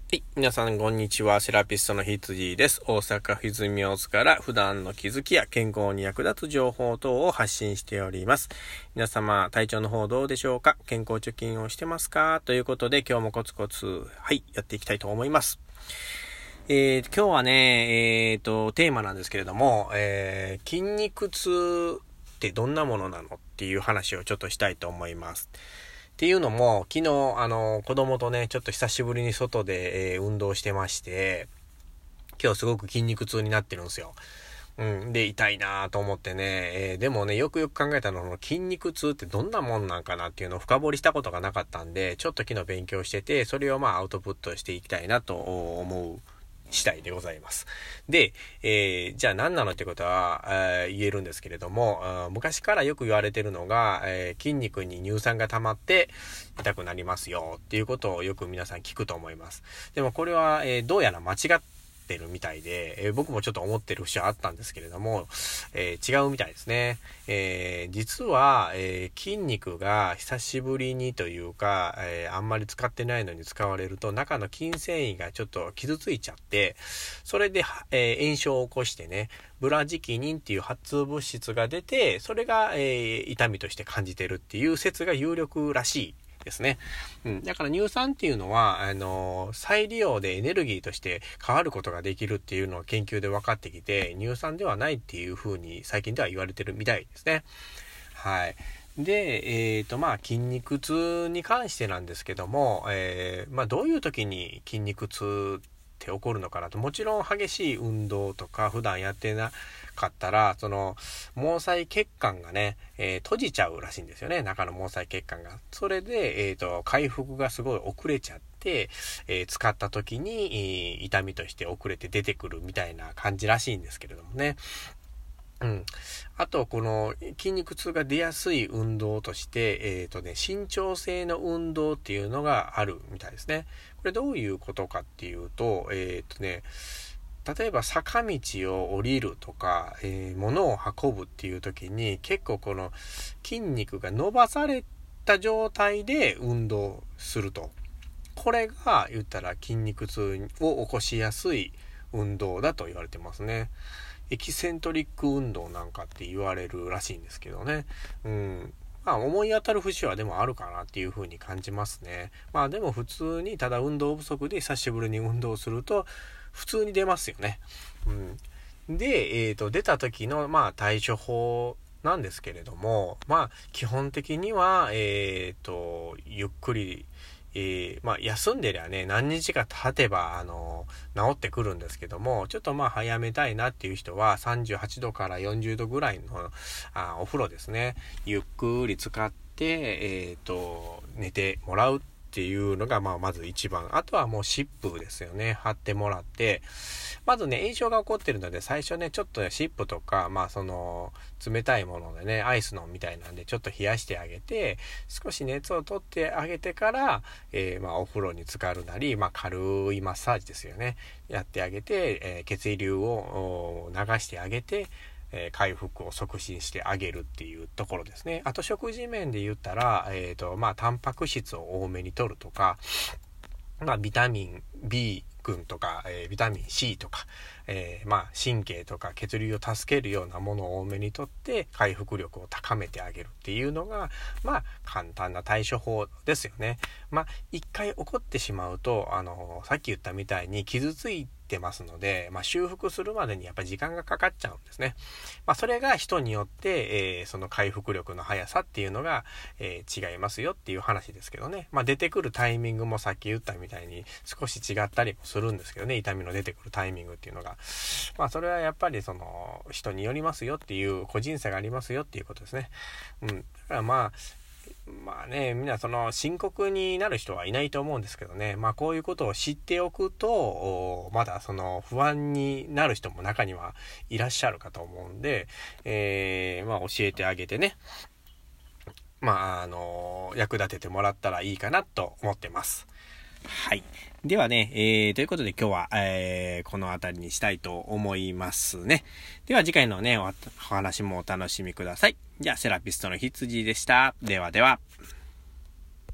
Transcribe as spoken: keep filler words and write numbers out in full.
はい。皆さん、こんにちは。セラピストのひつじです。大阪府泉大津から普段の気づきや健康に役立つ情報等を発信しております。皆様、体調の方どうでしょうか？健康貯金をしてますか？ということで、今日もコツコツ、はい、やっていきたいと思います。えー、今日はね、えーと、テーマなんですけれども、えー、筋肉痛ってどんなものなのっていう話をちょっとしたいと思います。っていうのも、昨日、あの、子供とね、ちょっと久しぶりに外で、えー、運動してまして、今日すごく筋肉痛になってるんですよ。うん。で、痛いなぁと思ってね、えー、でもね、よくよく考えたのは、筋肉痛ってどんなもんなんかなっていうのを深掘りしたことがなかったんで、ちょっと昨日勉強してて、それをまあアウトプットしていきたいなと思う次第でございます。で、えー、じゃあ何なのってことは、えー、言えるんですけれども、昔からよく言われてるのが、えー、筋肉に乳酸が溜まって痛くなりますよっていうことをよく皆さん聞くと思います。でもこれは、えー、どうやら間違ってるみたいで、えー、僕もちょっと思ってる節はあったんですけれども、えー、違うみたいですね。えー、実は、えー、筋肉が久しぶりにというか、えー、あんまり使ってないのに使われると中の筋繊維がちょっと傷ついちゃって、それで、えー、炎症を起こしてね、ブラジキニンっていう発物質が出て、それが、えー、痛みとして感じてるっていう説が有力らしいですね。うん。だから乳酸っていうのは、あの、再利用でエネルギーとして変わることができるっていうのを研究で分かってきて、乳酸ではないっていう風に最近では言われてるみたいですね。はい。で、えっと、まあ、筋肉痛に関してなんですけども、えー、まあ、どういう時に筋肉痛って起こるのかなと。もちろん激しい運動とか普段やってなかったら、その毛細血管がね、えー、閉じちゃうらしいんですよね。中の毛細血管が。それで、えっと、回復がすごい遅れちゃって、えー、使った時に、えー、痛みとして遅れて出てくるみたいな感じらしいんですけれどもね。うん。あと、この筋肉痛が出やすい運動として、えっとね、伸長性の運動っていうのがあるみたいですね。これどういうことかっていうと、えっとね、例えば坂道を降りるとか、えー、物を運ぶっていう時に結構この筋肉が伸ばされた状態で運動すると。これが言ったら筋肉痛を起こしやすい運動だと言われてますね。エキセントリック運動なんかって言われるらしいんですけどね。うん。まあ思い当たる節はでもあるかなっていう風に感じますね。まあでも普通にただ運動不足で久しぶりに運動すると普通に出ますよね。うん。で、えっと、出た時のまあ対処法なんですけれども、まあ基本的には、えっと、ゆっくりえー、まあ休んでりゃね、何日か経てば、あの、治ってくるんですけども、ちょっとまあ早めたいなっていう人はさんじゅうはちどからよんじゅうどぐらいのあお風呂ですね、ゆっくり使って、えっと、寝てもらうっていうのが、まあまず一番。あとはもう湿布ですよね。貼ってもらって、まずね、炎症が起こってるので、最初ね、ちょっとね、湿布とか、まあその、冷たいものでね、アイスのみたいなんで、ちょっと冷やしてあげて、少し熱を取ってあげてから、えー、まあお風呂に浸かるなり、まあ軽いマッサージですよね。やってあげて、えー、血流を流してあげて、えー、回復を促進してあげるっていうところですね。あと食事面で言ったら、えっと、まあタンパク質を多めに摂るとか、まあビタミン B、群とか、えー、ビタミン C とか、えー、まあ神経とか血流を助けるようなものを多めにとって回復力を高めてあげるっていうのがまあ簡単な対処法ですよね。まあ一回起こってしまうとあのさっき言ったみたいに傷ついてますので、まあ、修復するまでにやっぱり時間がかかっちゃうんですね。まあ、それが人によって、えー、その回復力の速さっていうのが、えー、違いますよっていう話ですけどね。まあ、出てくるタイミングもさっき言ったみたいに少し違ったりもするんですけどね。痛みの出てくるタイミングっていうのが。まあ、それはやっぱりその人によりますよっていう個人差がありますよっていうことですね。うん。だからまあ、まあね、みんなその深刻になる人はいないと思うんですけどね。まあこういうことを知っておくと、まだその不安になる人も中にはいらっしゃるかと思うんで、えー、まあ教えてあげてね。まああの、役立ててもらったらいいかなと思ってます。はい。ではね、えー、ということで今日は、えー、この辺りにしたいと思いますね。では次回のね、お話もお楽しみください。じゃあ、セラピストのひつじでした。ではでは。